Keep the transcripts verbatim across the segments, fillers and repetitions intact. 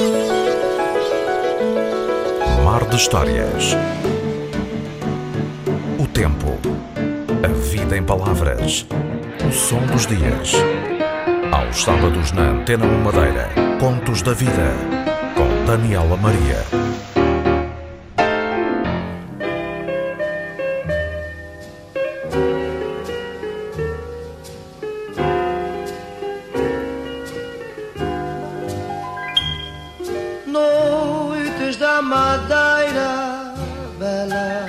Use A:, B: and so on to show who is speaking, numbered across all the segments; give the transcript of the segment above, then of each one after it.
A: Mar de histórias. O tempo. A vida em palavras. O som dos dias. Aos sábados na Antena um Madeira. Contos da vida. Com Daniela Maria.
B: Noites da Madeira belas,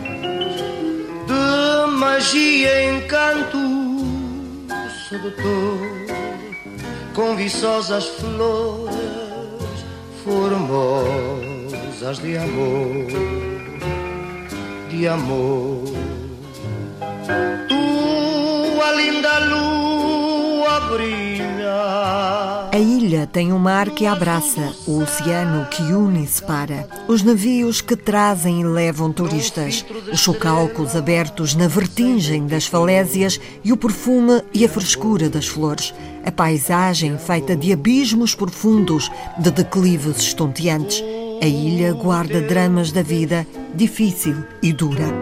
B: de magia e encanto sedutor, com viçosas flores formosas de amor, de amor. Tua linda lua brilha.
C: A ilha tem um mar que a abraça, o oceano que une e separa, os navios que trazem e levam turistas, os chocalcos abertos na vertigem das falésias e o perfume e a frescura das flores, a paisagem feita de abismos profundos, de declives estonteantes. A ilha guarda dramas da vida, difícil e dura.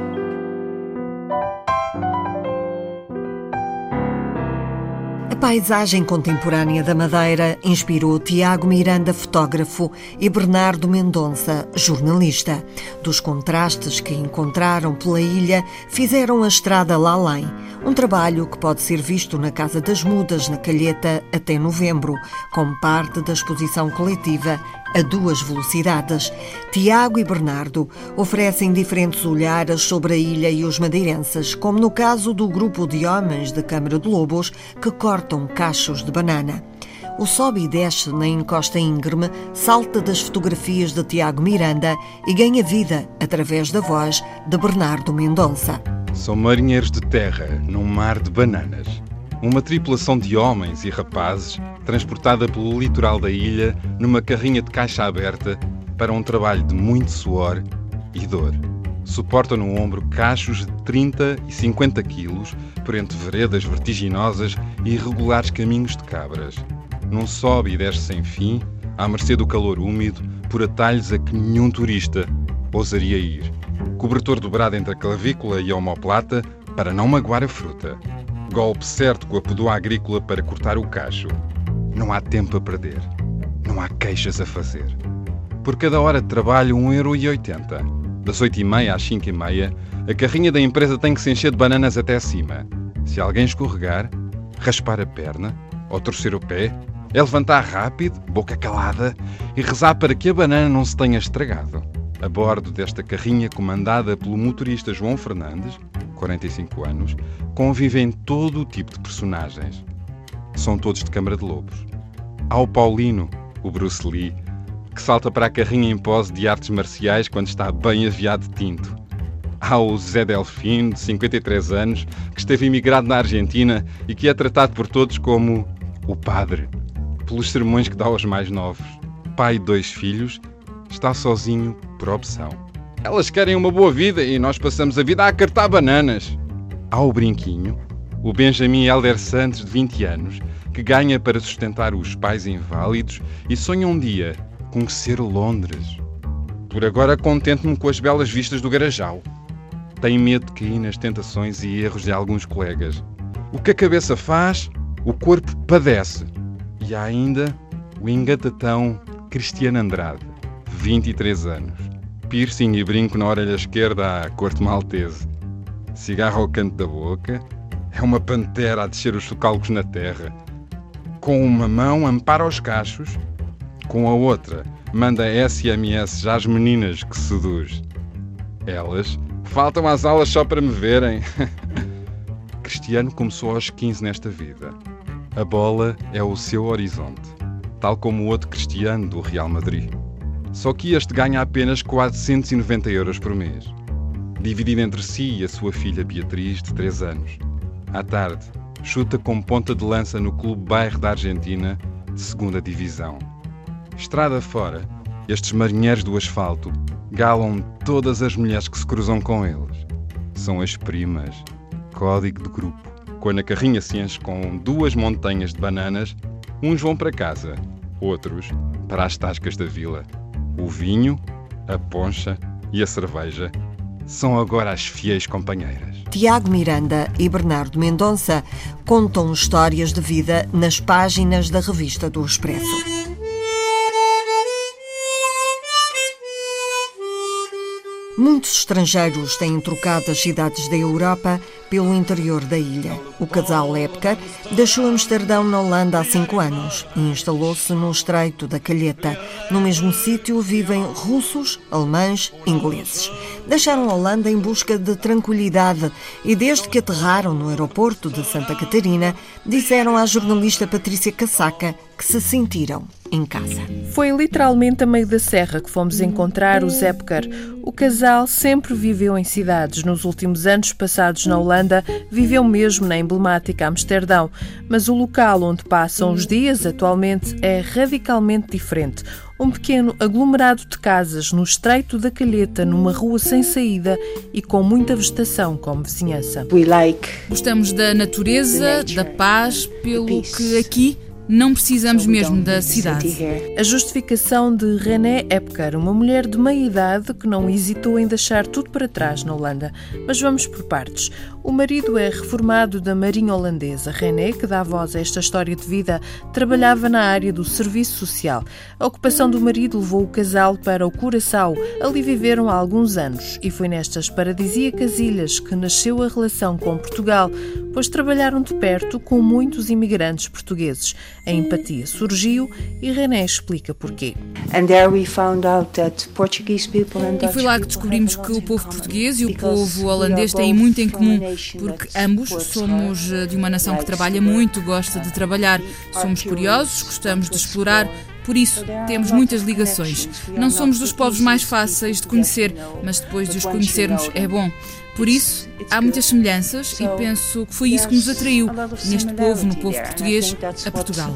C: A paisagem contemporânea da Madeira inspirou Tiago Miranda, fotógrafo, e Bernardo Mendonça, jornalista. Dos contrastes que encontraram pela ilha, fizeram a estrada lá além. Um trabalho que pode ser visto na Casa das Mudas, na Calheta, até novembro, como parte da exposição coletiva a duas velocidades. Tiago e Bernardo oferecem diferentes olhares sobre a ilha e os madeirenses, como no caso do grupo de homens da Câmara de Lobos que cortam cachos de banana. O sobe e desce na encosta íngreme salta das fotografias de Tiago Miranda e ganha vida através da voz de Bernardo Mendonça.
D: São marinheiros de terra num mar de bananas. Uma tripulação de homens e rapazes transportada pelo litoral da ilha numa carrinha de caixa aberta para um trabalho de muito suor e dor. Suportam no ombro cachos de trinta e cinquenta quilos por entre veredas vertiginosas e irregulares caminhos de cabras. Num sobe e desce sem fim, à mercê do calor úmido, por atalhos a que nenhum turista ousaria ir. Cobertor dobrado entre a clavícula e a omoplata para não magoar a fruta. Golpe certo com a pudua agrícola para cortar o cacho. Não há tempo a perder. Não há queixas a fazer. Por cada hora de trabalho, um euro e oitenta. Das oito e meia às cinco e meia, a carrinha da empresa tem que se encher de bananas até acima. Se alguém escorregar, raspar a perna ou torcer o pé, é levantar rápido, boca calada, e rezar para que a banana não se tenha estragado. A bordo desta carrinha comandada pelo motorista João Fernandes, quarenta e cinco anos, convivem todo o tipo de personagens. São todos de Câmara de Lobos. Há o Paulino, o Bruce Lee, que salta para a carrinha em pose de artes marciais quando está bem aviado de tinto. Há o Zé Delfino, de cinquenta e três anos, que esteve imigrado na Argentina e que é tratado por todos como o padre, pelos sermões que dá aos mais novos. Pai de dois filhos, está sozinho por opção. Elas querem uma boa vida e nós passamos a vida a acartar bananas. Há o Brinquinho, o Benjamin Helder Santos, de vinte anos, que ganha para sustentar os pais inválidos e sonha um dia conhecer Londres. Por agora contento-me com as belas vistas do Garajal. Tem medo de cair nas tentações e erros de alguns colegas. O que a cabeça faz, o corpo padece. E há ainda o engatatão Cristiano Andrade, vinte e três anos. Piercing e brinco na orelha esquerda à corte maltese. Cigarro ao canto da boca. É uma pantera a descer os socalcos na terra. Com uma mão ampara os cachos, com a outra manda S M S já às meninas que seduz. Elas faltam às aulas só para me verem. Cristiano começou aos quinze nesta vida. A bola é o seu horizonte, tal como o outro Cristiano do Real Madrid. Só que este ganha apenas quatrocentos e noventa euros por mês, dividido entre si e a sua filha Beatriz, de três anos. À tarde, chuta com ponta de lança no Clube Bairro da Argentina, de segunda divisão. Estrada fora, estes marinheiros do asfalto galam todas as mulheres que se cruzam com eles. São as primas, código de grupo. Quando a carrinha se enche com duas montanhas de bananas, uns vão para casa, outros para as tascas da vila. O vinho, a poncha e a cerveja são agora as fiéis companheiras.
C: Tiago Miranda e Bernardo Mendonça contam histórias de vida nas páginas da revista do Expresso. Muitos estrangeiros têm trocado as cidades da Europa pelo interior da ilha. O casal Epker deixou Amsterdão, na Holanda, há cinco anos e instalou-se no Estreito da Calheta. No mesmo sítio vivem russos, alemães e ingleses. Deixaram a Holanda em busca de tranquilidade e, desde que aterraram no aeroporto de Santa Catarina, disseram à jornalista Patrícia Casaca que se sentiram em casa.
E: Foi literalmente a meio da serra que fomos encontrar os Epker. O casal sempre viveu em cidades. Nos últimos anos passados na Holanda, viveu mesmo na emblemática Amsterdão. Mas o local onde passam os dias atualmente é radicalmente diferente. Um pequeno aglomerado de casas no Estreito da Calheta, numa rua sem saída e com muita vegetação como vizinhança.
F: Gostamos da natureza, da paz, pelo que aqui não precisamos mesmo da cidade.
E: A justificação de René Epker, uma mulher de meia-idade que não hesitou em deixar tudo para trás na Holanda. Mas vamos por partes. O marido é reformado da Marinha Holandesa. René, que dá voz a esta história de vida, trabalhava na área do serviço social. A ocupação do marido levou o casal para o Curaçao. Ali viveram há alguns anos e foi nestas paradisíacas ilhas que nasceu a relação com Portugal, pois trabalharam de perto com muitos imigrantes portugueses. A empatia surgiu e René explica porquê.
F: E foi lá que descobrimos que o povo português e o povo holandês têm muito em comum, porque ambos somos de uma nação que trabalha muito, gosta de trabalhar, somos curiosos, gostamos de explorar. Por isso, temos muitas ligações. Não somos dos povos mais fáceis de conhecer, mas depois de os conhecermos é bom. Por isso, há muitas semelhanças e penso que foi isso que nos atraiu neste povo, no povo português, a Portugal.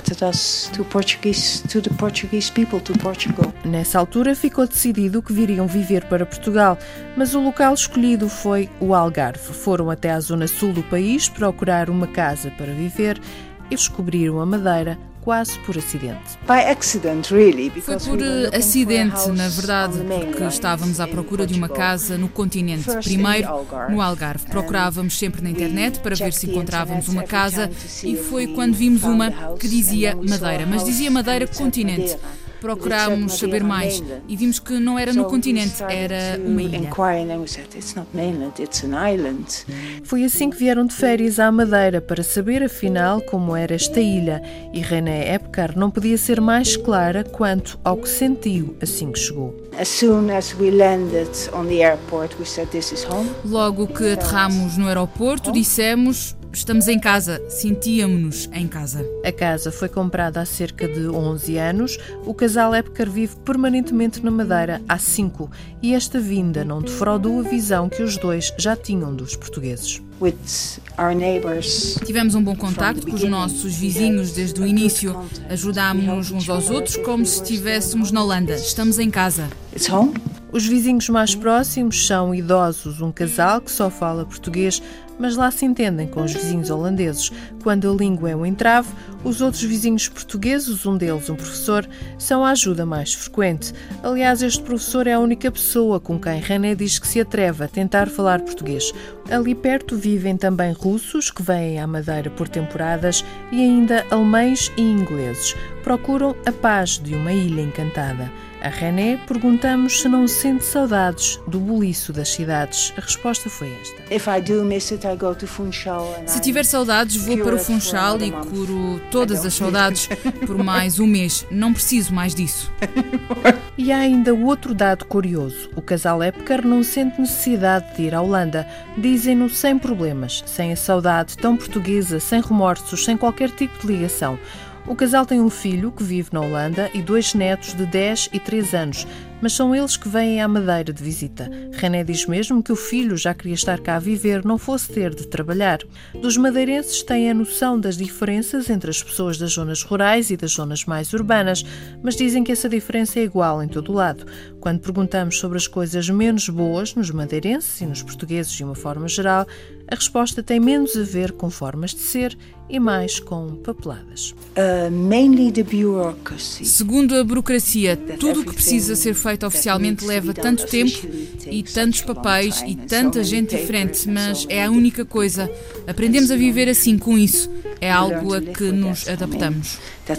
E: Nessa altura ficou decidido que viriam viver para Portugal, mas o local escolhido foi o Algarve. Foram até à zona sul do país procurar uma casa para viver e descobriram a Madeira, quase por acidente.
F: Foi por acidente, na verdade, porque estávamos à procura de uma casa no continente. Primeiro, no Algarve. Procurávamos sempre na internet para ver se encontrávamos uma casa e foi quando vimos uma que dizia Madeira, mas dizia Madeira continente. Procurámos saber mais e vimos que não era no continente, era uma ilha.
E: Foi assim que vieram de férias à Madeira para saber afinal como era esta ilha, e René Epker não podia ser mais clara quanto ao que sentiu assim que chegou.
F: Logo que aterramos no aeroporto, dissemos: estamos em casa, sentíamos-nos em casa.
E: A casa foi comprada há cerca de onze anos. O casal Epker vive permanentemente na Madeira há cinco e esta vinda não defraudou a visão que os dois já tinham dos portugueses.
F: Tivemos um bom contacto com os nossos vizinhos desde o início. Ajudámos uns aos outros como se estivéssemos na Holanda. Estamos em casa.
E: Os vizinhos mais próximos são idosos, um casal que só fala português, mas lá se entendem com os vizinhos holandeses. Quando a língua é um entrave, os outros vizinhos portugueses, um deles um professor, são a ajuda mais frequente. Aliás, este professor é a única pessoa com quem René diz que se atreve a tentar falar português. Ali perto vivem também russos, que vêm à Madeira por temporadas, e ainda alemães e ingleses. Procuram a paz de uma ilha encantada. A René perguntamos se não sente saudades do buliço das cidades. A resposta foi esta.
F: Se tiver saudades, vou para o Funchal e curo todas as saudades por mais um mês. Não preciso mais disso.
E: E há ainda outro dado curioso. O casal Epker não sente necessidade de ir à Holanda. Dizem-no sem problemas, sem a saudade tão portuguesa, sem remorsos, sem qualquer tipo de ligação. O casal tem um filho que vive na Holanda e dois netos de dez e três anos, mas são eles que vêm à Madeira de visita. René diz mesmo que o filho já queria estar cá a viver, não fosse ter de trabalhar. Dos madeirenses têm a noção das diferenças entre as pessoas das zonas rurais e das zonas mais urbanas, mas dizem que essa diferença é igual em todo o lado. Quando perguntamos sobre as coisas menos boas nos madeirenses e nos portugueses de uma forma geral, a resposta tem menos a ver com formas de ser e mais com papeladas.
F: Segundo a burocracia, tudo o que precisa ser feito oficialmente leva tanto tempo e tantos papéis e tanta gente diferente, mas é a única coisa. Aprendemos a viver assim com isso. É algo a que nos adaptamos.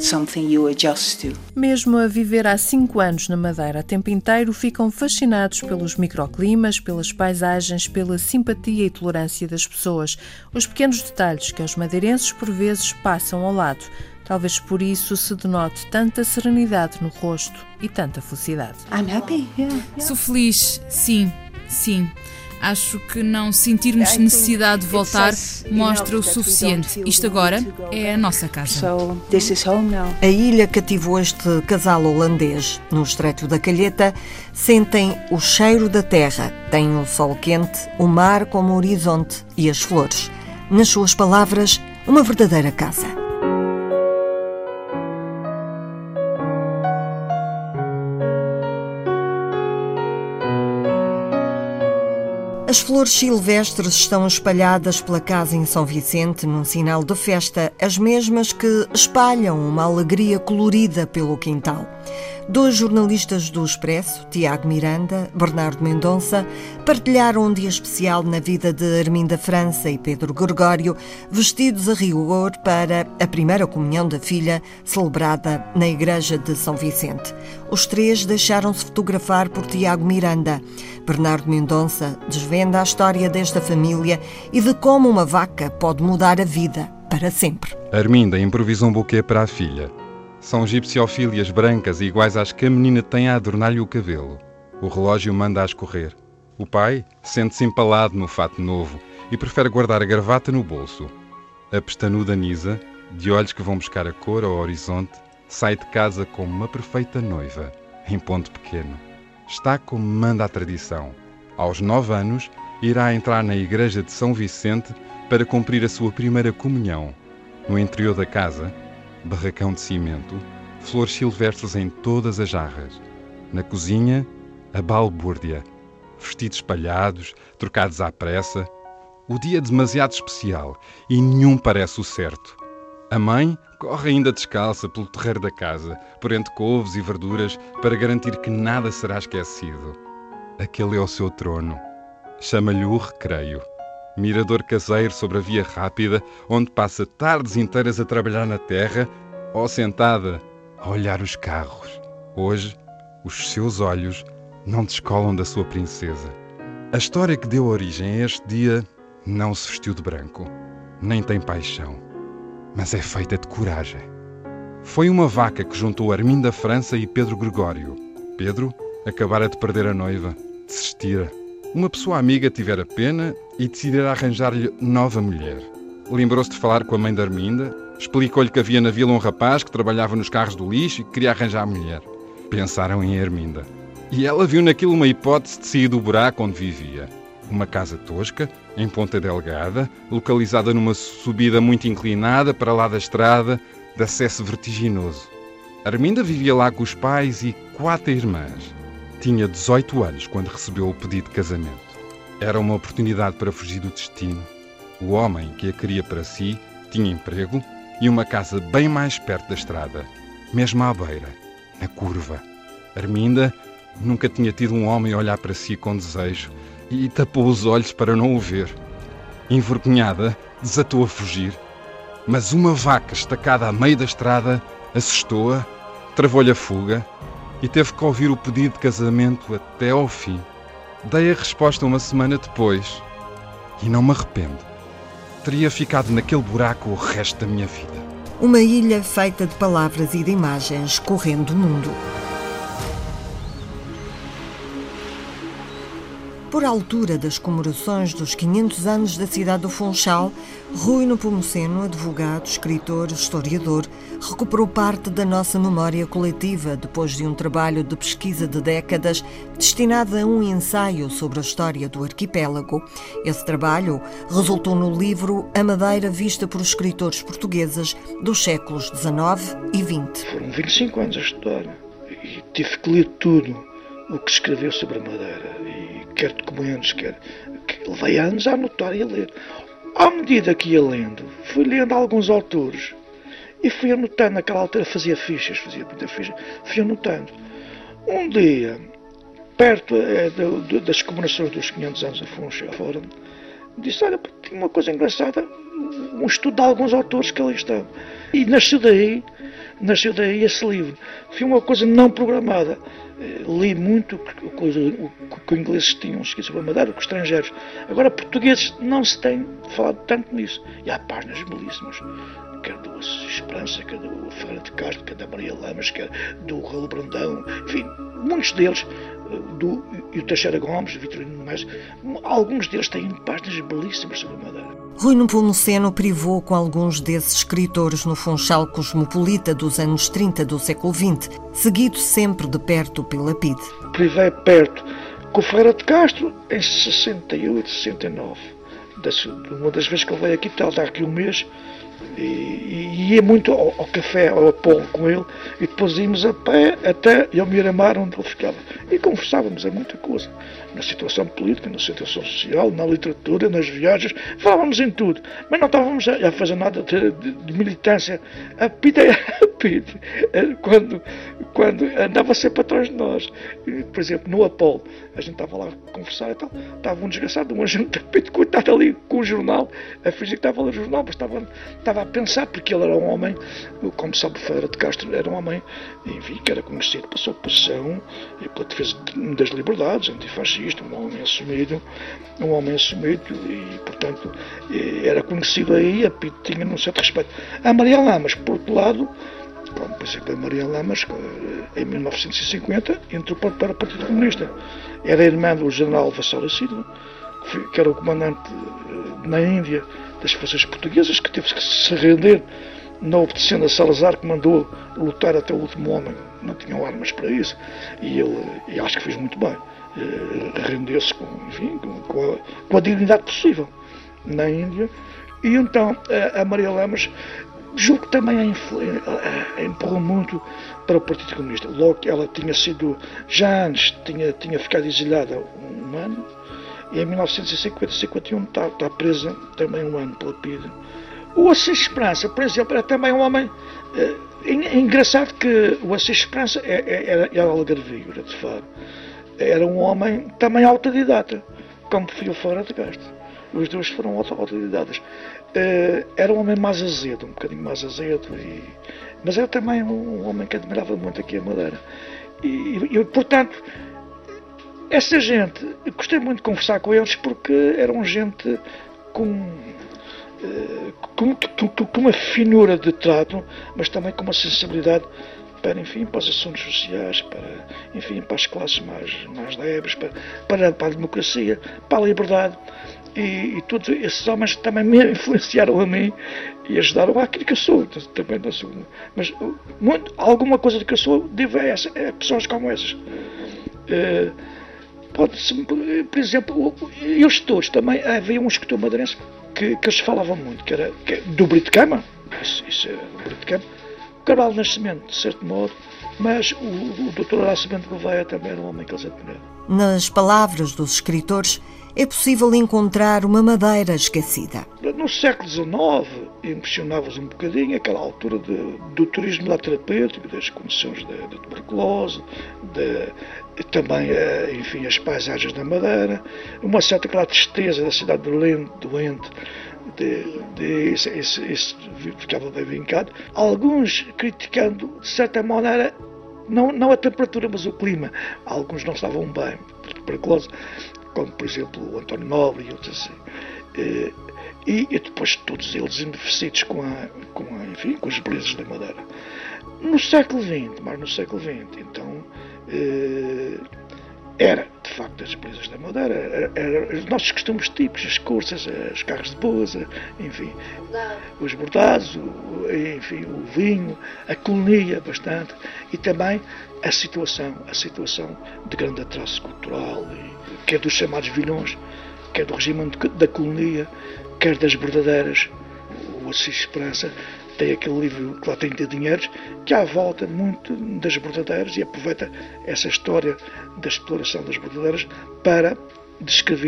E: Mesmo a viver há cinco anos na Madeira a tempo inteiro, ficam fascinados pelos microclimas, pelas paisagens, pela simpatia e tolerância das pessoas. Os pequenos detalhes que os madeirenses por vezes passam ao lado. Talvez por isso se denote tanta serenidade no rosto e tanta felicidade.
F: Sou feliz, sim, sim. Acho que não sentirmos necessidade de voltar mostra o suficiente. Isto agora é a nossa casa.
C: A ilha cativou este casal holandês. No Estreito da Calheta, sentem o cheiro da terra. Têm o sol quente, o mar como horizonte e as flores. Nas suas palavras, uma verdadeira casa. As flores silvestres estão espalhadas pela casa em São Vicente num sinal de festa, as mesmas que espalham uma alegria colorida pelo quintal. Dois jornalistas do Expresso, Tiago Miranda, Bernardo Mendonça, partilharam um dia especial na vida de Arminda França e Pedro Gregório, vestidos a rigor para a primeira comunhão da filha, celebrada na igreja de São Vicente. Os três deixaram-se fotografar por Tiago Miranda. Bernardo Mendonça desvenda a história desta família e de como uma vaca pode mudar a vida para sempre.
D: Arminda improvisa um buquê para a filha. São gipsiofílias brancas iguais às que a menina tem a adornar-lhe o cabelo. O relógio manda a escorrer. O pai sente-se empalado no fato novo e prefere guardar a gravata no bolso. A pestanuda Nisa, de olhos que vão buscar a cor ao horizonte, sai de casa como uma perfeita noiva, em ponto pequeno. Está como manda a tradição. Aos nove anos, irá entrar na igreja de São Vicente para cumprir a sua primeira comunhão. No interior da casa, barracão de cimento, flores silvestres em todas as jarras. Na cozinha, a balbúrdia, vestidos espalhados, trocados à pressa. O dia é demasiado especial e nenhum parece o certo. A mãe corre ainda descalça pelo terreiro da casa, por entre couves e verduras, para garantir que nada será esquecido. Aquele é o seu trono. Chama-lhe o recreio. Mirador caseiro sobre a via rápida, onde passa tardes inteiras a trabalhar na terra ou sentada a olhar os carros. Hoje, os seus olhos não descolam da sua princesa. A história que deu origem a este dia não se vestiu de branco, nem tem paixão, mas é feita de coragem. Foi uma vaca que juntou Arminda França e Pedro Gregório. Pedro acabara de perder a noiva, desistira. Uma pessoa amiga tivera pena e decidira arranjar-lhe nova mulher. Lembrou-se de falar com a mãe da Arminda, explicou-lhe que havia na vila um rapaz que trabalhava nos carros do lixo e que queria arranjar a mulher. Pensaram em Arminda. E ela viu naquilo uma hipótese de sair do buraco onde vivia. Uma casa tosca, em Ponta Delgada, localizada numa subida muito inclinada para lá da estrada, de acesso vertiginoso. Arminda vivia lá com os pais e quatro irmãs. Tinha dezoito anos quando recebeu o pedido de casamento. Era uma oportunidade para fugir do destino. O homem que a queria para si tinha emprego e uma casa bem mais perto da estrada, mesmo à beira, na curva. Arminda nunca tinha tido um homem a olhar para si com desejo e tapou os olhos para não o ver. Envergonhada, desatou a fugir, mas uma vaca estacada a meio da estrada assustou-a, travou-lhe a fuga e teve que ouvir o pedido de casamento até ao fim. Dei a resposta uma semana depois e não me arrependo. Teria ficado naquele buraco o resto da minha vida.
C: Uma ilha feita de palavras e de imagens correndo o mundo. Por altura das comemorações dos quinhentos anos da cidade do Funchal, Rui Nepomuceno, advogado, escritor, historiador, recuperou parte da nossa memória coletiva depois de um trabalho de pesquisa de décadas destinado a um ensaio sobre a história do arquipélago. Esse trabalho resultou no livro A Madeira Vista por escritores portugueses dos séculos dezenove e vinte.
G: Foram vinte e cinco anos a estudar e tive que ler tudo o que escreveu sobre a Madeira, e quer documentos, quer que levei anos a anotar e a ler. À medida que ia lendo, fui lendo alguns autores e fui anotando. Naquela altura fazia fichas, fazia muita ficha, fui anotando. Um dia, perto é, do, do, das comemorações dos quinhentos anos da Funchal, disse, olha, tinha uma coisa engraçada, um estudo de alguns autores que ali estão. E nasceu daí, nasceu daí esse livro. Foi uma coisa não programada. Li muito o que os ingleses tinham escrito sobre a Madeira, com estrangeiros. Agora, portugueses não se tem falado tanto nisso. E há páginas belíssimas, quer do Esperança, quer do Ferreira de Castro, quer da Maria Lamas, quer do Raul Brandão, enfim, muitos deles, do, e o Teixeira Gomes, o Vitorino Mais, alguns deles têm páginas belíssimas sobre a Madeira.
C: Rui Nepomuceno privou com alguns desses escritores no Funchal cosmopolita dos anos trinta do século vinte, seguido sempre de perto pela P I D.
G: Privei perto com o Ferreira de Castro em sessenta e oito, sessenta e nove. Uma das vezes que ele veio aqui, está aqui um mês, e, e ia muito ao, ao café, ao Apolo com ele, e depois íamos a pé até ao Miramar, onde ele ficava. E conversávamos a muita coisa, na situação política, na situação social, na literatura, nas viagens, falávamos em tudo, mas não estávamos a, a fazer nada de, de, de militância. A P I D, a P I D quando, quando andava sempre atrás de nós, por exemplo, no Apolo, a gente estava lá a conversar e tal, estava um desgraçado, um agente da P I D, coitado ali com o jornal, a fingir que estava a ler o jornal, mas estava, estava a pensar, porque ele era um homem, como sabe, Ferreira de Castro era um homem, enfim, que era conhecido pela sua posição e pela defesa das liberdades, antifascista, um homem assumido, um homem assumido e, portanto, era conhecido aí, a P I D tinha um certo respeito. A Maria Lamas, por outro lado, como por exemplo a Maria Lamas, em mil novecentos e cinquenta, entrou para o Partido Comunista. Era irmã do general Vassallo Silva, que era o comandante na Índia das forças portuguesas, que teve que se render, não obedecendo a Salazar, que mandou lutar até o último homem. Não tinham armas para isso. E ele, e acho que fez muito bem, rendeu-se com, enfim, com, a, com a dignidade possível na Índia. E então a, a Maria Lamas, julgo que também a, a, a empurrou muito para o Partido Comunista. Logo que ela tinha sido, já antes, tinha, tinha ficado exilada um ano, e em mil novecentos e cinquenta, cinquenta e um está, está presa também um ano pela P I D. O Assis Esperança, por exemplo, era também um homem. É, é engraçado que o Assis Esperança era, era algarvio, era de Faro. Era um homem também autodidata, como foi o Ferreira de Castro. Os dois foram autodidatas. É, era um homem mais azedo, um bocadinho mais azedo, e, mas era também um, um homem que admirava muito aqui a Madeira. E, e, portanto, essa gente, eu gostei muito de conversar com eles porque eram gente com. Com, com, com uma finura de trato, mas também com uma sensibilidade para, enfim, para os assuntos sociais, para, enfim, para as classes mais, mais leves, para, para, para a democracia, para a liberdade. E, e todos esses homens também me influenciaram a mim e ajudaram àquilo que eu sou. Também não sou, mas muito, alguma coisa do que eu sou devo a, essa, a pessoas como essas. Uh, pode ser, por exemplo, eles todos também, havia um escritor madeirense Que, que eles falavam muito, que era que, do Brito Cama, isso, isso é o Brito Cama, o Cabral Nascimento, de certo modo, mas o, o doutor Nascimento Gouveia também era um homem que eles admiravam.
C: Nas palavras dos escritores, é possível encontrar uma Madeira esquecida.
G: No século dezenove, impressionava-vos um bocadinho aquela altura de, do turismo lá terapêutico, das condições da, da tuberculose, de, também, enfim, as paisagens da Madeira, uma certa aquela tristeza da cidade doente, doente de, de esse, esse, esse ficava bem vincado. Alguns criticando, de certa maneira, não, não a temperatura, mas o clima. Alguns não estavam bem, tuberculose, como por exemplo o António Nobre e outros assim. E, e depois todos eles envelhecidos com, a, com, a, enfim, com as belezas da Madeira. No século vinte, mas no século vinte, então, eh, era, de facto, as belezas da Madeira, era, era os nossos costumes típicos, as curças, os carros de boas, enfim, os bordados, o, enfim, o vinho, a colonia bastante, e também a situação, a situação de grande atraso cultural, e, quer dos chamados vilhões, quer do regime da colonia, quer das bordadeiras. O Assis Esperança tem aquele livro que lá tem de dinheiros, que há à volta muito das bordadeiras e aproveita essa história da exploração das bordadeiras para descrever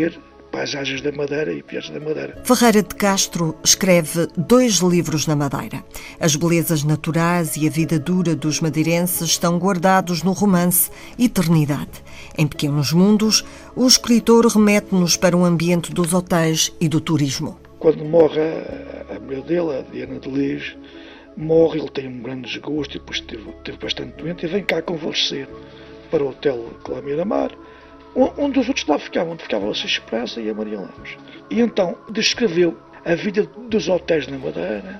G: Paisagens da Madeira e Piados da Madeira.
C: Ferreira de Castro escreve dois livros na Madeira. As belezas naturais e a vida dura dos madeirenses estão guardados no romance Eternidade. Em Pequenos Mundos, o escritor remete-nos para o ambiente dos hotéis e do turismo.
G: Quando morre a, a mulher dele, a Diana de Lis, morre, ele tem um grande desgosto e depois esteve, esteve bastante doente e vem cá convalescer para o hotel Clã Miramar, onde os outros lá ficavam, onde ficavam a Assis Esperança e a Maria Lemos. E então descreveu a vida dos hotéis na Madeira,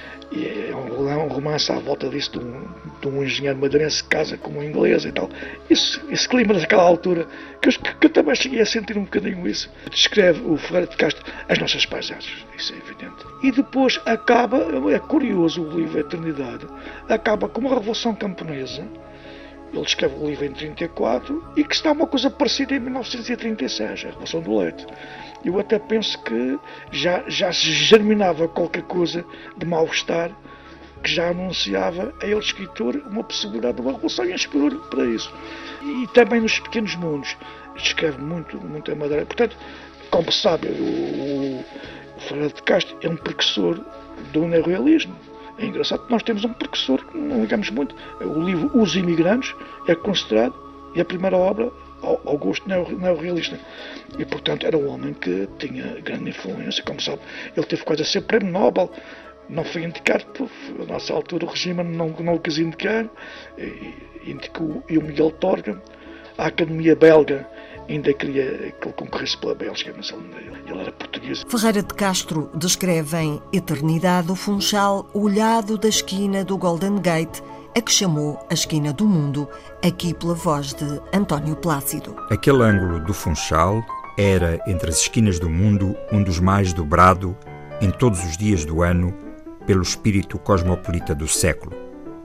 G: e é um, é um romance à volta disso, de um, de um engenheiro madeirense que casa com uma inglesa e tal. Isso, esse clima daquela altura, que eu, que eu também cheguei a sentir um bocadinho isso. Descreve o Ferreira de Castro as nossas paisagens, isso é evidente. E depois acaba, é curioso o livro Eternidade, acaba com uma revolução camponesa. Ele escreve o livro em trinta e quatro e que está uma coisa parecida em mil novecentos e trinta e seis, a Revolução do Leite. Eu até penso que já, já germinava qualquer coisa de mal-estar que já anunciava a ele, escritor, uma possibilidade de uma revolução e inspirou-lhe para isso. E também nos Pequenos Mundos escreve muito, muito a Madeira. Portanto, como se sabe, o, o Ferreira de Castro é um precursor do neorrealismo. É engraçado que nós temos um precursor que não ligamos muito. O livro Os Imigrantes é considerado, e a primeira obra, ao, ao gosto neorrealista. E, portanto, era um homem que tinha grande influência. Como sabe, ele teve quase a ser prémio Nobel. Não foi indicado, porque a nossa altura o regime não, não o quis indicar. E, indicou e o Miguel Torga. A Academia Belga ainda queria que ele concorresse pela Bélgica, mas ele, ele era português.
C: Ferreira de Castro descreve em Eternidade o Funchal olhado da esquina do Golden Gate, a que chamou a esquina do mundo, aqui pela voz de António Plácido.
H: Aquele ângulo do Funchal era, entre as esquinas do mundo, um dos mais dobrado, em todos os dias do ano, pelo espírito cosmopolita do século.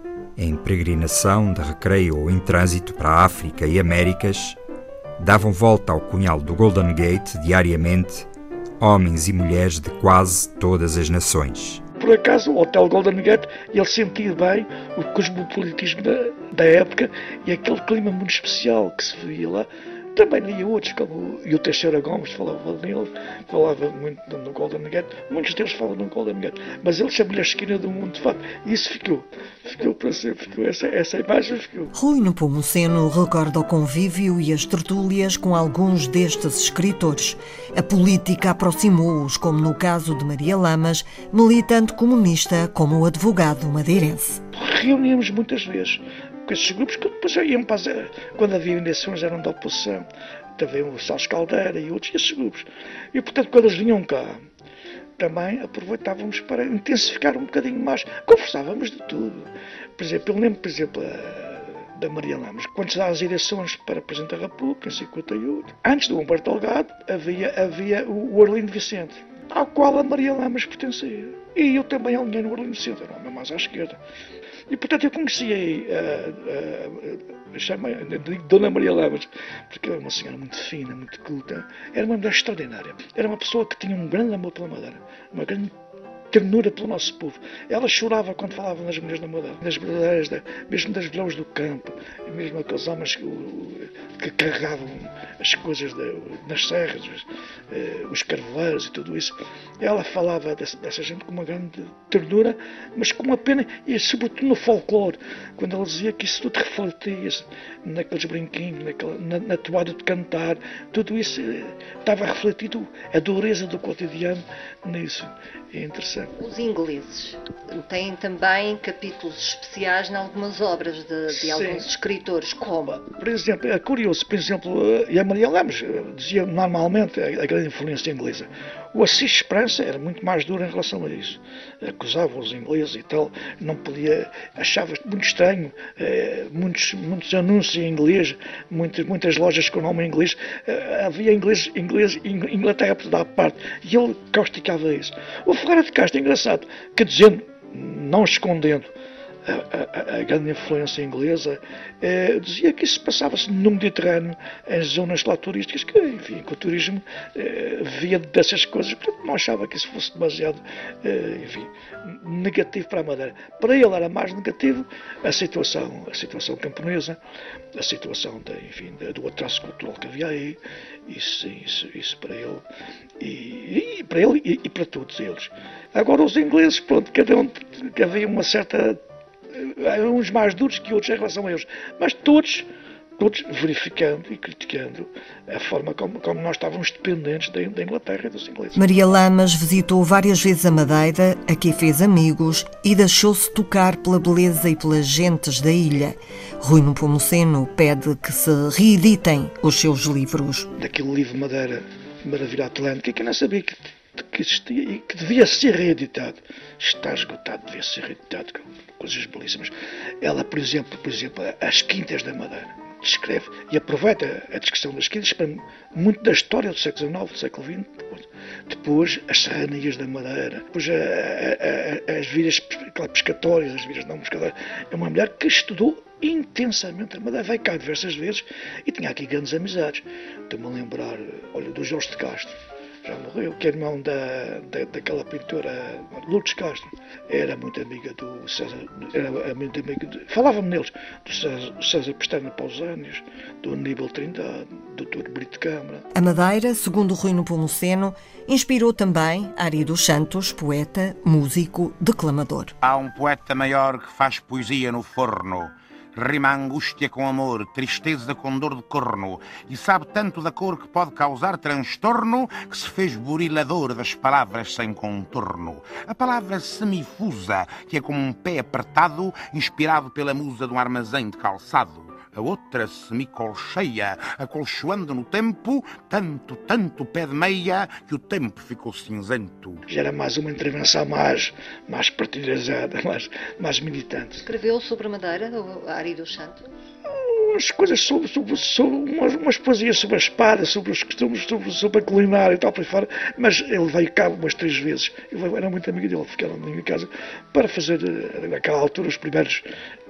H: Em peregrinação, de recreio ou em trânsito para a África e Américas, davam volta ao cunhal do Golden Gate diariamente homens e mulheres de quase todas as nações.
G: Por acaso, o Hotel Golden Gate, ele sentia bem o cosmopolitismo da, da época e aquele clima muito especial que se via lá. Também lia outros, como o Teixeira Gomes falava nele, falava muito no Golden Gate. Muitos deles falam no Golden Gate, mas ele chama-lhe a esquina do mundo de fato. E isso ficou, ficou para sempre, ficou essa, essa imagem ficou.
C: Rui Nepomuceno recorda o convívio e as tertúlias com alguns destes escritores. A política aproximou-os, como no caso de Maria Lamas, militante comunista como o advogado madeirense.
G: Reuníamos muitas vezes com esses grupos que depois iam para, quando havia eleições eram da oposição, também o Salles Caldeira e outros, esses grupos. E portanto, quando eles vinham cá, também aproveitávamos para intensificar um bocadinho mais, conversávamos de tudo. Por exemplo, eu lembro, por exemplo, da Maria Lamas, quando se dá as eleições para Presidente da República, em cinquenta e oito, antes do Humberto Delgado, havia, havia o Arlindo Vicente, ao qual a Maria Lamas pertencia. E eu também alinhei no Arlindo Vicente, era uma mais à esquerda. E, portanto, eu conheci a, a, a, chama, digo Dona Maria Lamas, porque era uma senhora muito fina, muito culta, era uma mulher extraordinária. Era uma pessoa que tinha um grande amor pela Madeira, uma grande ternura pelo nosso povo. Ela chorava quando falava nas mulheres da Madeira, das verdadeiras, mesmo das vilãs do campo, mesmo aqueles homens que, que carregavam as coisas de, nas serras, os, os carvoeiros e tudo isso. Ela falava dessa, dessa gente com uma grande ternura, mas com uma pena, e sobretudo no folclore, quando ela dizia que isso tudo refletia-se naqueles brinquinhos, naquela, na, na toada de cantar, tudo isso estava refletido, a dureza do cotidiano nisso. É interessante.
I: Os ingleses têm também capítulos especiais em algumas obras de, de alguns escritores, como?
G: Por exemplo, é curioso, por exemplo, e a Maria Lamas dizia normalmente a, a grande influência inglesa. O Assis Esperança era muito mais duro em relação a isso. Acusava os ingleses e tal, não podia, achava muito estranho, eh, muitos, muitos anúncios em inglês, muitas, muitas lojas com nome em inglês, eh, havia inglês, inglês, Inglaterra por toda a parte, e ele causticava isso. O Ferreira de Castro é engraçado, que dizendo, não escondendo a, a, a grande influência inglesa, eh, dizia que isso passava-se no Mediterrâneo, em zonas lá turísticas, que, enfim, que o turismo eh, via dessas coisas, portanto não achava que isso fosse demasiado, eh, enfim, negativo para a Madeira. Para ele era mais negativo a situação, a situação camponesa, a situação de, enfim, de, do atraso cultural que havia aí, isso, isso, isso para ele, e, e para ele e, e para todos eles. Agora os ingleses, pronto, cada um, que havia uma certa, uns mais duros que outros em relação a eles, mas todos, todos verificando e criticando a forma como, como nós estávamos dependentes da, da Inglaterra e dos ingleses.
C: Maria Lamas visitou várias vezes a Madeira, aqui fez amigos e deixou-se tocar pela beleza e pelas gentes da ilha. Rui Nepomuceno pede que se reeditem os seus livros.
G: Daquele livro Madeira, Maravilha Atlântica, que eu não sabia que, que existia e que devia ser reeditado. Está esgotado, devia ser reeditado, com coisas belíssimas. Ela, por exemplo, por exemplo, as Quintas da Madeira, descreve e aproveita a descrição das quintas para muito da história do século dezenove, do século vinte. Depois, depois as serranias da Madeira, depois a, a, a, as vilas pescatórias, as vilas não pescatórias. É uma mulher que estudou intensamente a Madeira, veio cá diversas vezes e tinha aqui grandes amizades. Estou-me a lembrar, olha, do Jorge de Castro, já morreu, que é irmão da, da, daquela pintora Lourdes Castro, era muito amiga do César, era muito amiga de, falava-me neles, do César, César Pestana Pausânios, do Aníbal Trindade, do doutor Brito Câmara.
C: A Madeira, segundo Rui Nepomuceno, inspirou também Ari dos Santos, poeta, músico, declamador.
J: Há um poeta maior que faz poesia no forno, rima angústia com amor, tristeza com dor de corno, e sabe tanto da cor que pode causar transtorno, que se fez burilador das palavras sem contorno. A palavra semifusa, que é como um pé apertado, inspirado pela musa de um armazém de calçado. A outra semicolcheia, acolchoando no tempo, tanto, tanto pé de meia, que o tempo ficou cinzento.
G: Já era mais uma intervenção mais, mais partidarizada, mais, mais militante.
I: Escreveu sobre a Madeira, o Ari dos Santos?
G: Umas coisas sobre, sobre, sobre umas, umas poesias sobre a espada, sobre os costumes, sobre, sobre a culinária e tal, por aí fora, mas ele veio cá umas três vezes. Eu era muito amigo dele, ficava na minha casa para fazer, naquela altura, os primeiros.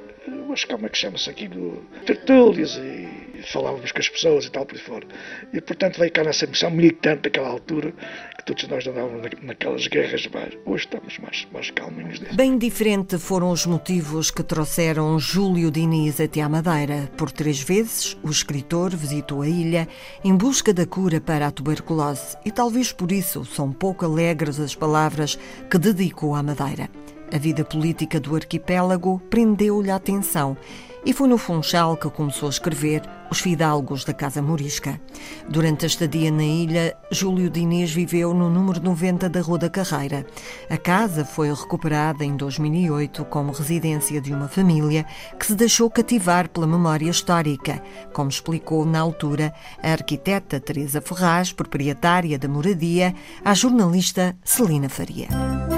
G: Mas como é que chama-se aqui? Tertúlias, e falávamos com as pessoas e tal por aí fora. E portanto veio cá nessa missão militante daquela altura, que todos nós andávamos naquelas guerras, mas hoje estamos mais, mais calminhos. Dentro.
C: Bem diferente foram os motivos que trouxeram Júlio Diniz até à Madeira. Por três vezes, o escritor visitou a ilha em busca da cura para a tuberculose e talvez por isso são pouco alegres as palavras que dedicou à Madeira. A vida política do arquipélago prendeu-lhe a atenção e foi no Funchal que começou a escrever Os Fidalgos da Casa Morisca. Durante a estadia na ilha, Júlio Diniz viveu no número noventa da Rua da Carreira. A casa foi recuperada em dois mil e oito como residência de uma família que se deixou cativar pela memória histórica, como explicou na altura a arquiteta Teresa Ferraz, proprietária da moradia, à jornalista Celina Faria.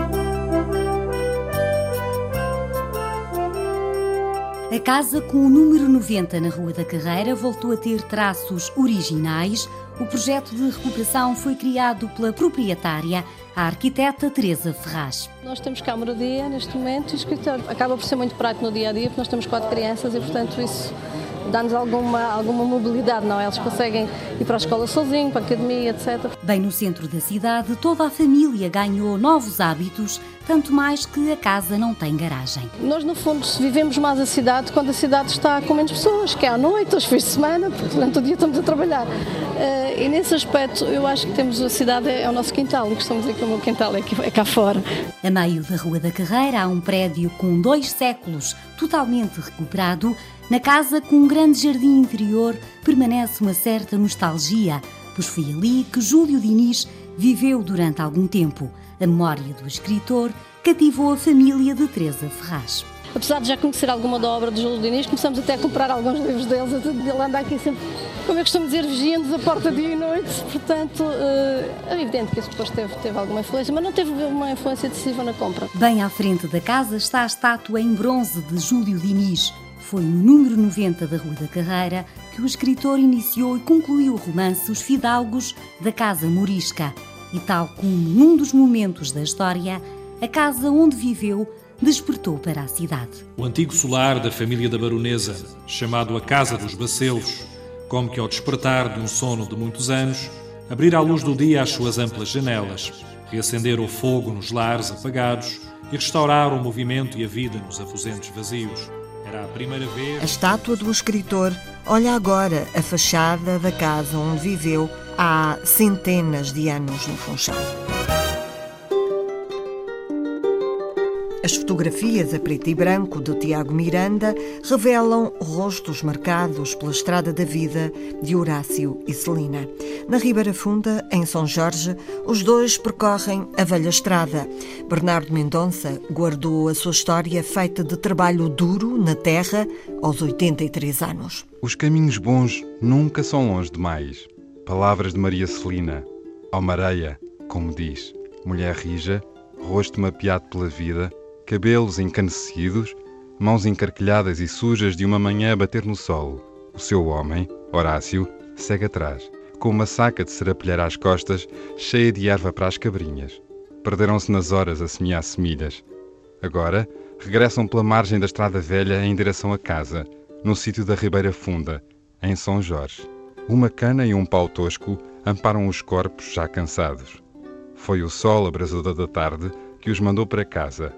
K: A casa com o número noventa na Rua da Carreira voltou a ter traços originais. O projeto de recuperação foi criado pela proprietária, a arquiteta Teresa Ferraz.
L: Nós temos cá a moradia neste momento e o escritório acaba por ser muito prático no dia a dia, porque nós temos quatro crianças e, portanto, isso dá-nos alguma, alguma mobilidade, não? Eles conseguem ir para a escola sozinhos, para a academia, etcétera.
K: Bem no centro da cidade, toda a família ganhou novos hábitos, tanto mais que a casa não tem garagem.
L: Nós, no fundo, vivemos mais a cidade quando a cidade está com menos pessoas, que é à noite, aos fins de semana, porque durante o dia estamos a trabalhar. Uh, e nesse aspecto, eu acho que temos a cidade, é o nosso quintal, eu costumo dizer que o meu quintal é, aqui, é cá fora.
K: A meio da Rua da Carreira há um prédio com dois séculos, totalmente recuperado. Na casa, com um grande jardim interior, permanece uma certa nostalgia, pois foi ali que Júlio Diniz viveu durante algum tempo. A memória do escritor cativou a família de Teresa Ferraz.
L: Apesar de já conhecer alguma da obra de Júlio Diniz, começamos até a comprar alguns livros deles, ele anda aqui sempre, como eu costumo dizer, vigiando a porta dia e noite, portanto é evidente que isso depois teve, teve alguma influência, mas não teve uma influência decisiva na compra.
K: Bem à frente da casa está a estátua em bronze de Júlio Diniz. Foi no número noventa da Rua da Carreira que o escritor iniciou e concluiu o romance Os Fidalgos da Casa Morisca. E tal como num dos momentos da história, a casa onde viveu despertou para a cidade.
M: O antigo solar da família da baronesa, chamado a Casa dos Bacelos, como que ao despertar de um sono de muitos anos, abrir à luz do dia as suas amplas janelas, reacender o fogo nos lares apagados e restaurar o movimento e a vida nos aposentos vazios. Era a primeira vez...
C: A estátua do escritor olha agora a fachada da casa onde viveu há centenas de anos no Funchal. As fotografias a preto e branco de Tiago Miranda revelam rostos marcados pela estrada da vida de Horácio e Celina. Na Ribeira Funda, em São Jorge, os dois percorrem a velha estrada. Bernardo Mendonça guardou a sua história feita de trabalho duro na terra aos oitenta e três anos.
D: Os caminhos bons nunca são longe demais. Palavras de Maria Celina. Almareia, como diz, mulher rija, rosto mapeado pela vida, cabelos encanecidos, mãos encarquilhadas e sujas de uma manhã a bater no solo. O seu homem, Horácio, segue atrás, com uma saca de serapilhar às costas, cheia de erva para as cabrinhas. Perderam-se nas horas a semear semilhas. Agora, regressam pela margem da estrada velha em direção a casa, no sítio da Ribeira Funda, em São Jorge. Uma cana e um pau tosco amparam os corpos já cansados. Foi o sol abrasador da tarde que os mandou para casa.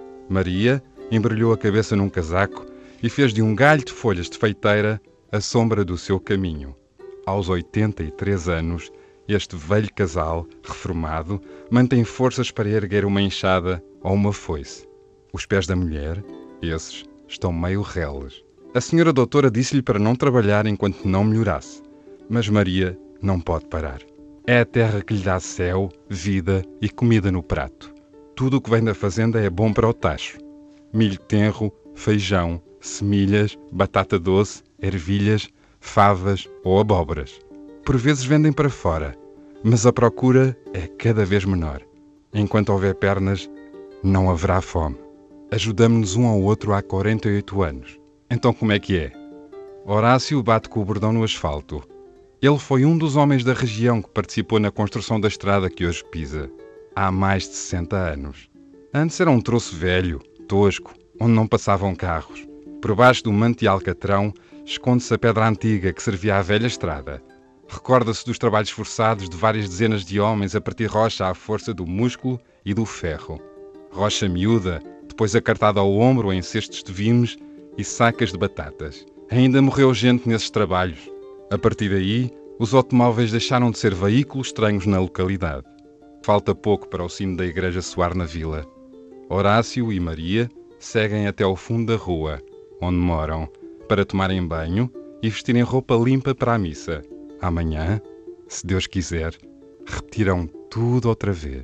D: Maria embrulhou a cabeça num casaco e fez de um galho de folhas de feiteira a sombra do seu caminho. Aos oitenta e três anos, este velho casal, reformado, mantém forças para erguer uma enxada ou uma foice. Os pés da mulher, esses, estão meio reles. A senhora doutora disse-lhe para não trabalhar enquanto não melhorasse. Mas Maria não pode parar. É a terra que lhe dá céu, vida e comida no prato. Tudo o que vem da fazenda é bom para o tacho. Milho tenro, feijão, semilhas, batata doce, ervilhas, favas ou abóboras. Por vezes vendem para fora, mas a procura é cada vez menor. Enquanto houver pernas, não haverá fome. Ajudamo-nos um ao outro há quarenta e oito anos. Então como é que é? Horácio bate com o bordão no asfalto. Ele foi um dos homens da região que participou na construção da estrada que hoje pisa. Há mais de sessenta anos. Antes era um troço velho, tosco, onde não passavam carros. Por baixo do manto de alcatrão esconde-se a pedra antiga que servia à velha estrada. Recorda-se dos trabalhos forçados de várias dezenas de homens a partir rocha à força do músculo e do ferro. Rocha miúda, depois acartada ao ombro em cestos de vimes e sacas de batatas. Ainda morreu gente nesses trabalhos. A partir daí, os automóveis deixaram de ser veículos estranhos na localidade. Falta pouco para o sino da igreja soar na vila. Horácio e Maria seguem até ao fundo da rua, onde moram, para tomarem banho e vestirem roupa limpa para a missa. Amanhã, se Deus quiser, repetirão tudo outra vez.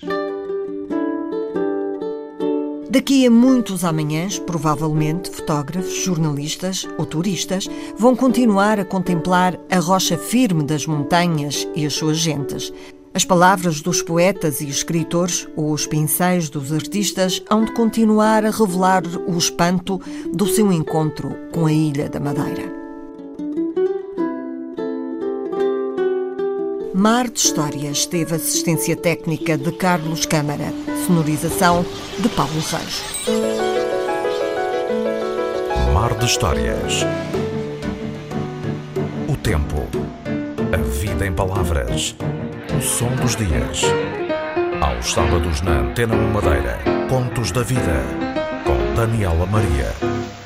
C: Daqui a muitos amanhãs, provavelmente, fotógrafos, jornalistas ou turistas vão continuar a contemplar a rocha firme das montanhas e as suas gentes. As palavras dos poetas e escritores ou os pincéis dos artistas hão de continuar a revelar o espanto do seu encontro com a Ilha da Madeira. Mar de Histórias teve assistência técnica de Carlos Câmara, sonorização de Paulo Reis.
A: Mar de Histórias. O tempo. A vida em palavras. O som dos dias. Aos sábados na Antena um Madeira. Contos da Vida. Com Daniela Maria.